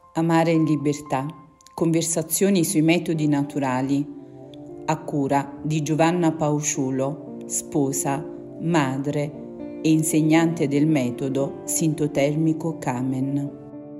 Amare in libertà. Conversazioni sui metodi naturali. A cura di Giovanna Pausciulo, sposa, madre e insegnante del metodo sintotermico Kamen.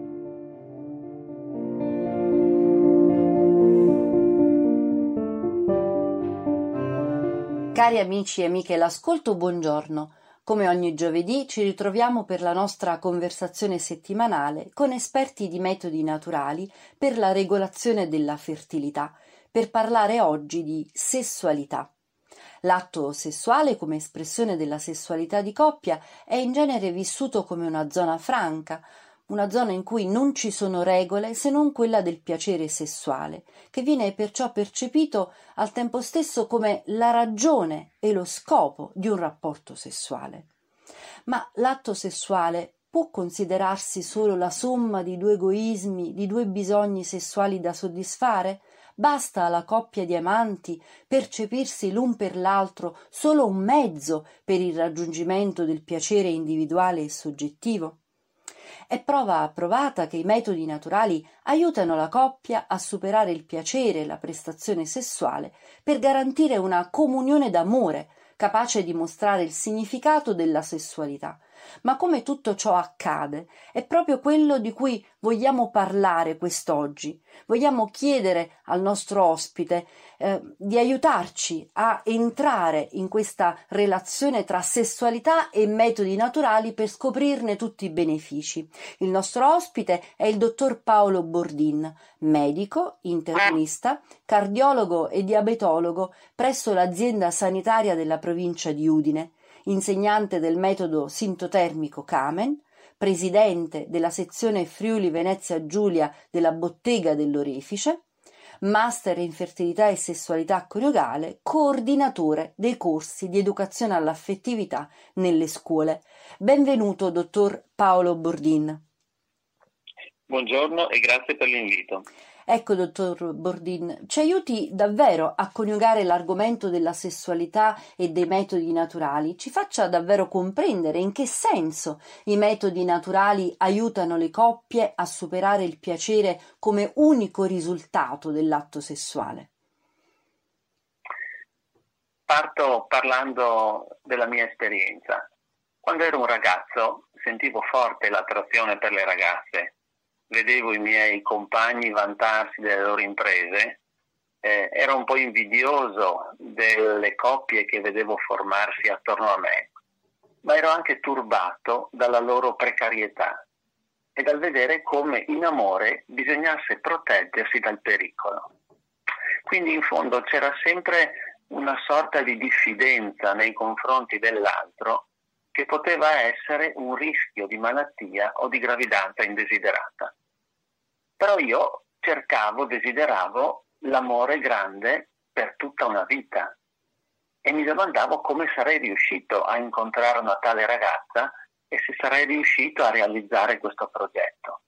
Cari amici e amiche l'ascolto, buongiorno. Come ogni giovedì ci ritroviamo per la nostra conversazione settimanale con esperti di metodi naturali per la regolazione della fertilità, per parlare oggi di sessualità. L'atto sessuale come espressione della sessualità di coppia è in genere vissuto come una zona franca, una zona in cui non ci sono regole se non quella del piacere sessuale, che viene perciò percepito al tempo stesso come la ragione e lo scopo di un rapporto sessuale. Ma l'atto sessuale può considerarsi solo la somma di due egoismi, di due bisogni sessuali da soddisfare? Basta alla coppia di amanti percepirsi l'un per l'altro solo un mezzo per il raggiungimento del piacere individuale e soggettivo? È prova provata che i metodi naturali aiutano la coppia a superare il piacere e la prestazione sessuale per garantire una comunione d'amore capace di mostrare il significato della sessualità. Ma come tutto ciò accade, è proprio quello di cui vogliamo parlare quest'oggi. Vogliamo chiedere al nostro ospite di aiutarci a entrare in questa relazione tra sessualità e metodi naturali per scoprirne tutti i benefici. Il nostro ospite è il dottor Paolo Bordin, medico, internista, cardiologo e diabetologo presso l'azienda sanitaria della provincia di Udine, insegnante del metodo sintotermico Kamen, presidente della sezione Friuli Venezia Giulia della Bottega dell'Orefice, master in fertilità e sessualità coniugale, coordinatore dei corsi di educazione all'affettività nelle scuole. Benvenuto, dottor Paolo Bordin. Buongiorno e grazie per l'invito. Ecco, dottor Bordin, ci aiuti davvero a coniugare l'argomento della sessualità e dei metodi naturali. Ci faccia davvero comprendere in che senso i metodi naturali aiutano le coppie a superare il piacere come unico risultato dell'atto sessuale. Parto parlando della mia esperienza. Quando ero un ragazzo sentivo forte l'attrazione per le ragazze. Vedevo i miei compagni vantarsi delle loro imprese, ero un po' invidioso delle coppie che vedevo formarsi attorno a me, ma ero anche turbato dalla loro precarietà e dal vedere come in amore bisognasse proteggersi dal pericolo. Quindi in fondo c'era sempre una sorta di diffidenza nei confronti dell'altro che poteva essere un rischio di malattia o di gravidanza indesiderata. Però io desideravo l'amore grande per tutta una vita e mi domandavo come sarei riuscito a incontrare una tale ragazza e se sarei riuscito a realizzare questo progetto.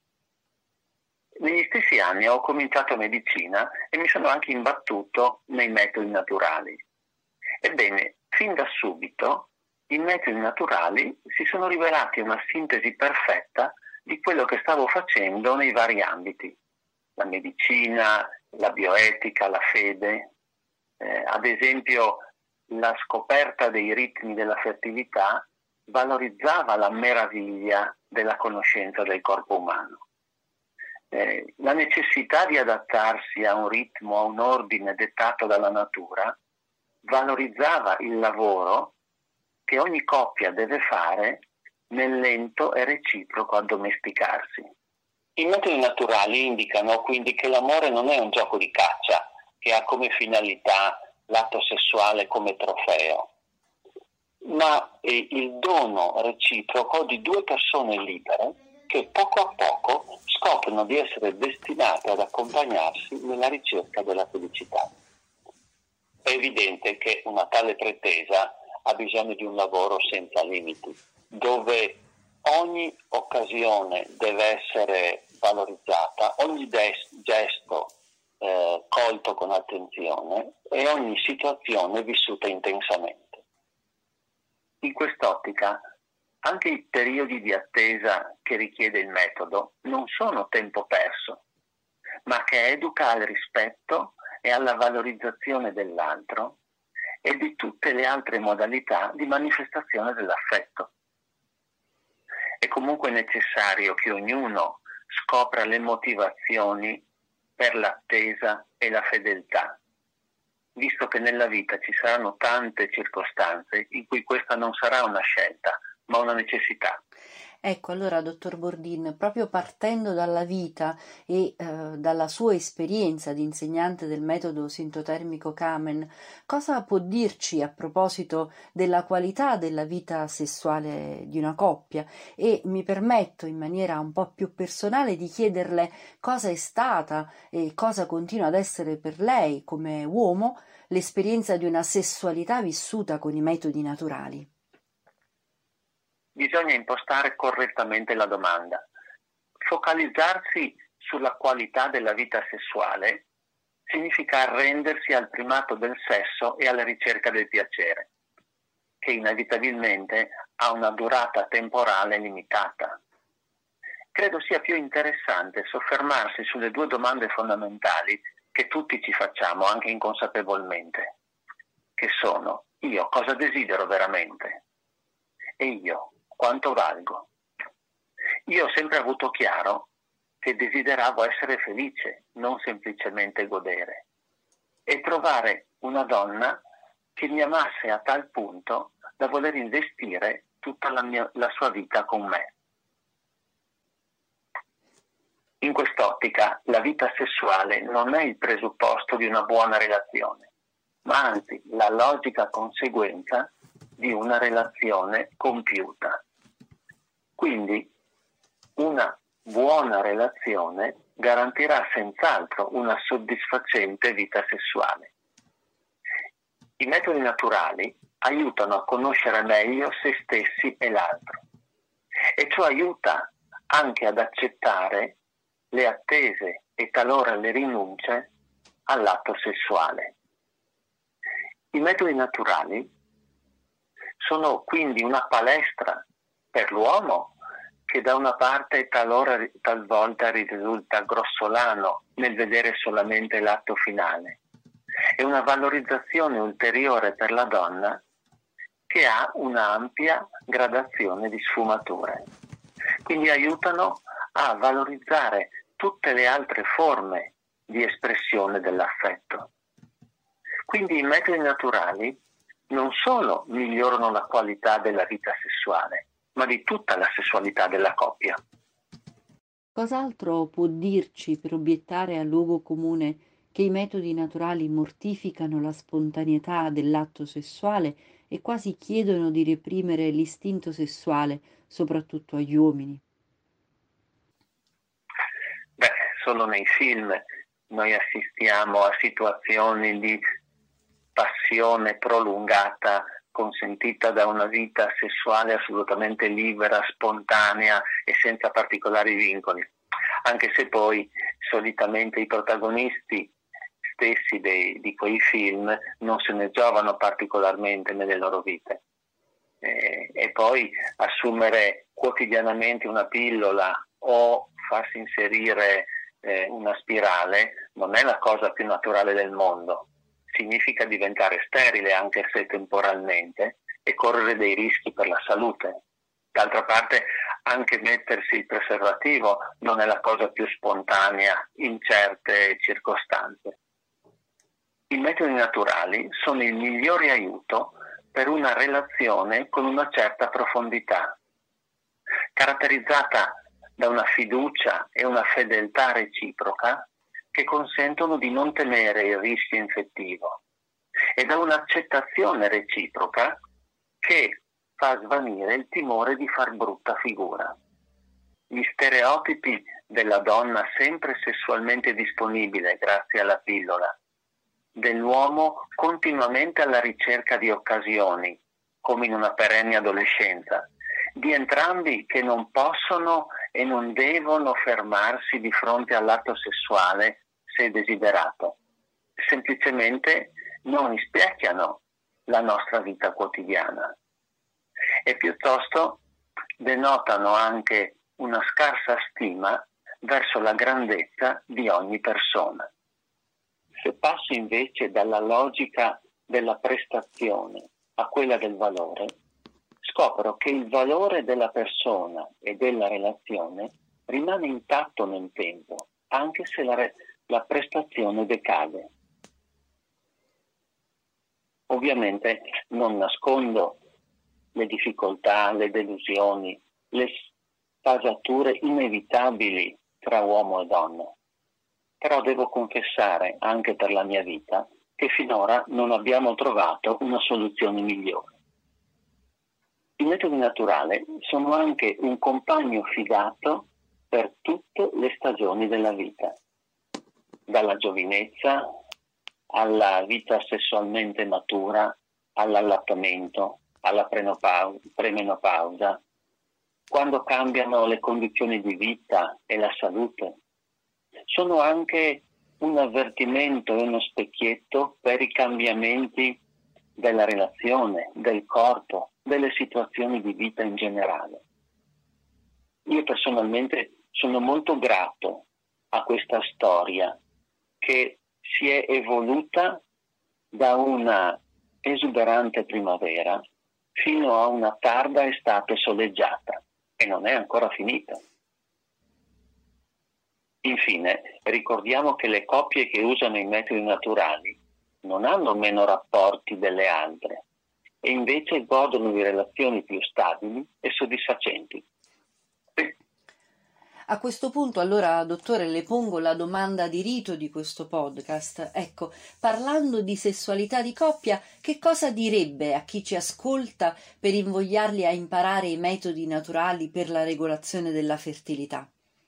Negli stessi anni ho cominciato medicina e mi sono anche imbattuto nei metodi naturali. Ebbene, fin da subito i metodi naturali si sono rivelati una sintesi perfetta di quello che stavo facendo nei vari ambiti, la medicina, la bioetica, la fede. Ad esempio, la scoperta dei ritmi della fertilità valorizzava la meraviglia della conoscenza del corpo umano. La necessità di adattarsi a un ritmo, a un ordine dettato dalla natura, valorizzava il lavoro che ogni coppia deve fare nel lento e reciproco addomesticarsi. I metodi naturali indicano quindi che l'amore non è un gioco di caccia che ha come finalità l'atto sessuale come trofeo, ma è il dono reciproco di due persone libere che poco a poco scoprono di essere destinate ad accompagnarsi nella ricerca della felicità. È evidente che una tale pretesa ha bisogno di un lavoro senza limiti, dove ogni occasione deve essere valorizzata, ogni gesto colto con attenzione e ogni situazione vissuta intensamente. In quest'ottica, anche i periodi di attesa che richiede il metodo non sono tempo perso, ma che educa al rispetto e alla valorizzazione dell'altro e di tutte le altre modalità di manifestazione dell'affetto. È comunque necessario che ognuno scopra le motivazioni per l'attesa e la fedeltà, visto che nella vita ci saranno tante circostanze in cui questa non sarà una scelta, ma una necessità. Ecco, allora, dottor Bordin, proprio partendo dalla vita e dalla sua esperienza di insegnante del metodo sintotermico Kamen, cosa può dirci a proposito della qualità della vita sessuale di una coppia? E mi permetto in maniera un po' più personale di chiederle cosa è stata e cosa continua ad essere per lei come uomo l'esperienza di una sessualità vissuta con i metodi naturali. Bisogna impostare correttamente la domanda. Focalizzarsi sulla qualità della vita sessuale significa arrendersi al primato del sesso e alla ricerca del piacere, che inevitabilmente ha una durata temporale limitata. Credo sia più interessante soffermarsi sulle due domande fondamentali che tutti ci facciamo, anche inconsapevolmente, che sono: io cosa desidero veramente? E io quanto valgo? Io ho sempre avuto chiaro che desideravo essere felice, non semplicemente godere, e trovare una donna che mi amasse a tal punto da voler investire tutta la sua vita con me. In quest'ottica, la vita sessuale non è il presupposto di una buona relazione, ma anzi la logica conseguenza di una relazione compiuta. Quindi una buona relazione garantirà senz'altro una soddisfacente vita sessuale. I metodi naturali aiutano a conoscere meglio se stessi e l'altro, e ciò aiuta anche ad accettare le attese e talora le rinunce all'atto sessuale. I metodi naturali sono quindi una palestra per l'uomo che da una parte talvolta risulta grossolano nel vedere solamente l'atto finale, e una valorizzazione ulteriore per la donna che ha un'ampia gradazione di sfumature. Quindi aiutano a valorizzare tutte le altre forme di espressione dell'affetto. Quindi i metodi naturali non solo migliorano la qualità della vita sessuale, ma di tutta la sessualità della coppia. Cos'altro può dirci per obiettare al luogo comune che i metodi naturali mortificano la spontaneità dell'atto sessuale e quasi chiedono di reprimere l'istinto sessuale, soprattutto agli uomini? Solo nei film noi assistiamo a situazioni di passione prolungata consentita da una vita sessuale assolutamente libera, spontanea e senza particolari vincoli, anche se poi solitamente i protagonisti stessi di quei film non se ne giovano particolarmente nelle loro vite. E poi assumere quotidianamente una pillola o farsi inserire una spirale non è la cosa più naturale del mondo. Significa diventare sterile anche se temporalmente e correre dei rischi per la salute. D'altra parte anche mettersi il preservativo non è la cosa più spontanea in certe circostanze. I metodi naturali sono il migliore aiuto per una relazione con una certa profondità, caratterizzata da una fiducia e una fedeltà reciproca che consentono di non temere il rischio infettivo, e da un'accettazione reciproca che fa svanire il timore di far brutta figura. Gli stereotipi della donna sempre sessualmente disponibile grazie alla pillola, dell'uomo continuamente alla ricerca di occasioni, come in una perenne adolescenza, di entrambi che non possono e non devono fermarsi di fronte all'atto sessuale se desiderato, semplicemente non rispecchiano la nostra vita quotidiana e piuttosto denotano anche una scarsa stima verso la grandezza di ogni persona. Se passo invece dalla logica della prestazione a quella del valore, scopro che il valore della persona e della relazione rimane intatto nel tempo, anche se la prestazione decade. Ovviamente non nascondo le difficoltà, le delusioni, le sfasature inevitabili tra uomo e donna. Però devo confessare, anche per la mia vita, che finora non abbiamo trovato una soluzione migliore. I metodi naturali sono anche un compagno fidato per tutte le stagioni della vita, dalla giovinezza alla vita sessualmente matura, all'allattamento, alla premenopausa, quando cambiano le condizioni di vita e la salute. Sono anche un avvertimento e uno specchietto per i cambiamenti della relazione, del corpo, delle situazioni di vita in generale. Io personalmente sono molto grato a questa storia che si è evoluta da una esuberante primavera fino a una tarda estate soleggiata e non è ancora finita. Infine, ricordiamo che le coppie che usano i metodi naturali non hanno meno rapporti delle altre e invece godono di relazioni più stabili e soddisfacenti. A questo punto, allora, dottore, le pongo la domanda di rito di questo podcast. Ecco, parlando di sessualità di coppia, che cosa direbbe a chi ci ascolta per invogliarli a imparare i metodi naturali per la regolazione della fertilità?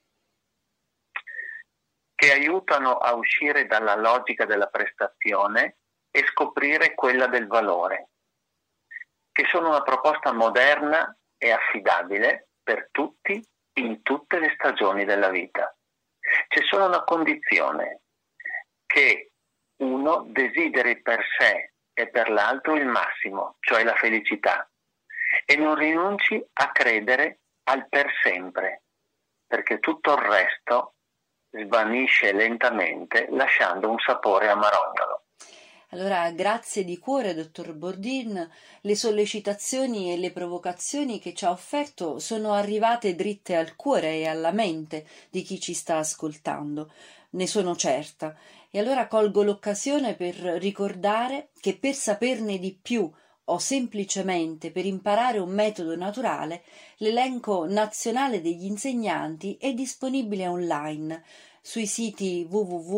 Che aiutano a uscire dalla logica della prestazione e scoprire quella del valore, che sono una proposta moderna e affidabile per tutti in tutte le stagioni della vita. C'è solo una condizione, che uno desideri per sé e per l'altro il massimo, cioè la felicità, e non rinunci a credere al per sempre, perché tutto il resto svanisce lentamente lasciando un sapore amarognolo. Allora, grazie di cuore, dottor Bordin. Le sollecitazioni e le provocazioni che ci ha offerto sono arrivate dritte al cuore e alla mente di chi ci sta ascoltando. Ne sono certa. E allora colgo l'occasione per ricordare che per saperne di più o semplicemente per imparare un metodo naturale, l'elenco nazionale degli insegnanti è disponibile online sui siti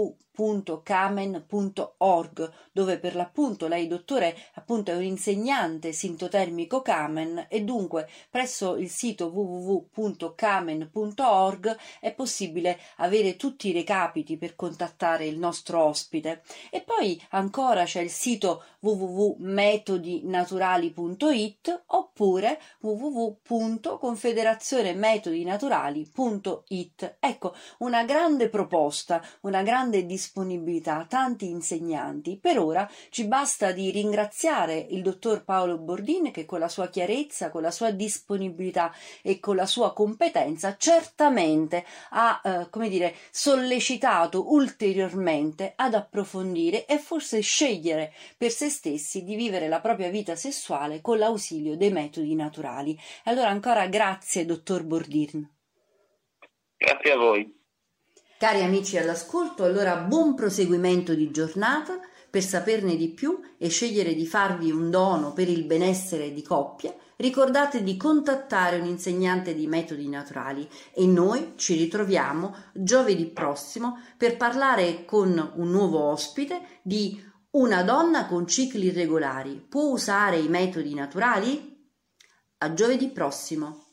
www.kamen.org, dove per l'appunto lei, dottore, appunto è un insegnante sintotermico Kamen, e dunque presso il sito www.kamen.org è possibile avere tutti i recapiti per contattare il nostro ospite. E poi ancora c'è il sito www.metodinaturali.it oppure www.confederazionemetodinaturali.it. Ecco, una grande proposta, una grande disponibilità, tanti insegnanti. Per ora ci basta di ringraziare il dottor Paolo Bordin, che con la sua chiarezza, con la sua disponibilità e con la sua competenza certamente ha sollecitato ulteriormente ad approfondire e forse scegliere per se stessi di vivere la propria vita sessuale con l'ausilio dei metodi naturali. Allora ancora grazie, dottor Bordin. Grazie a voi. Cari amici all'ascolto, allora buon proseguimento di giornata. Per saperne di più e scegliere di farvi un dono per il benessere di coppia, ricordate di contattare un insegnante di metodi naturali e noi ci ritroviamo giovedì prossimo per parlare con un nuovo ospite di una donna con cicli irregolari. Può usare i metodi naturali? A giovedì prossimo.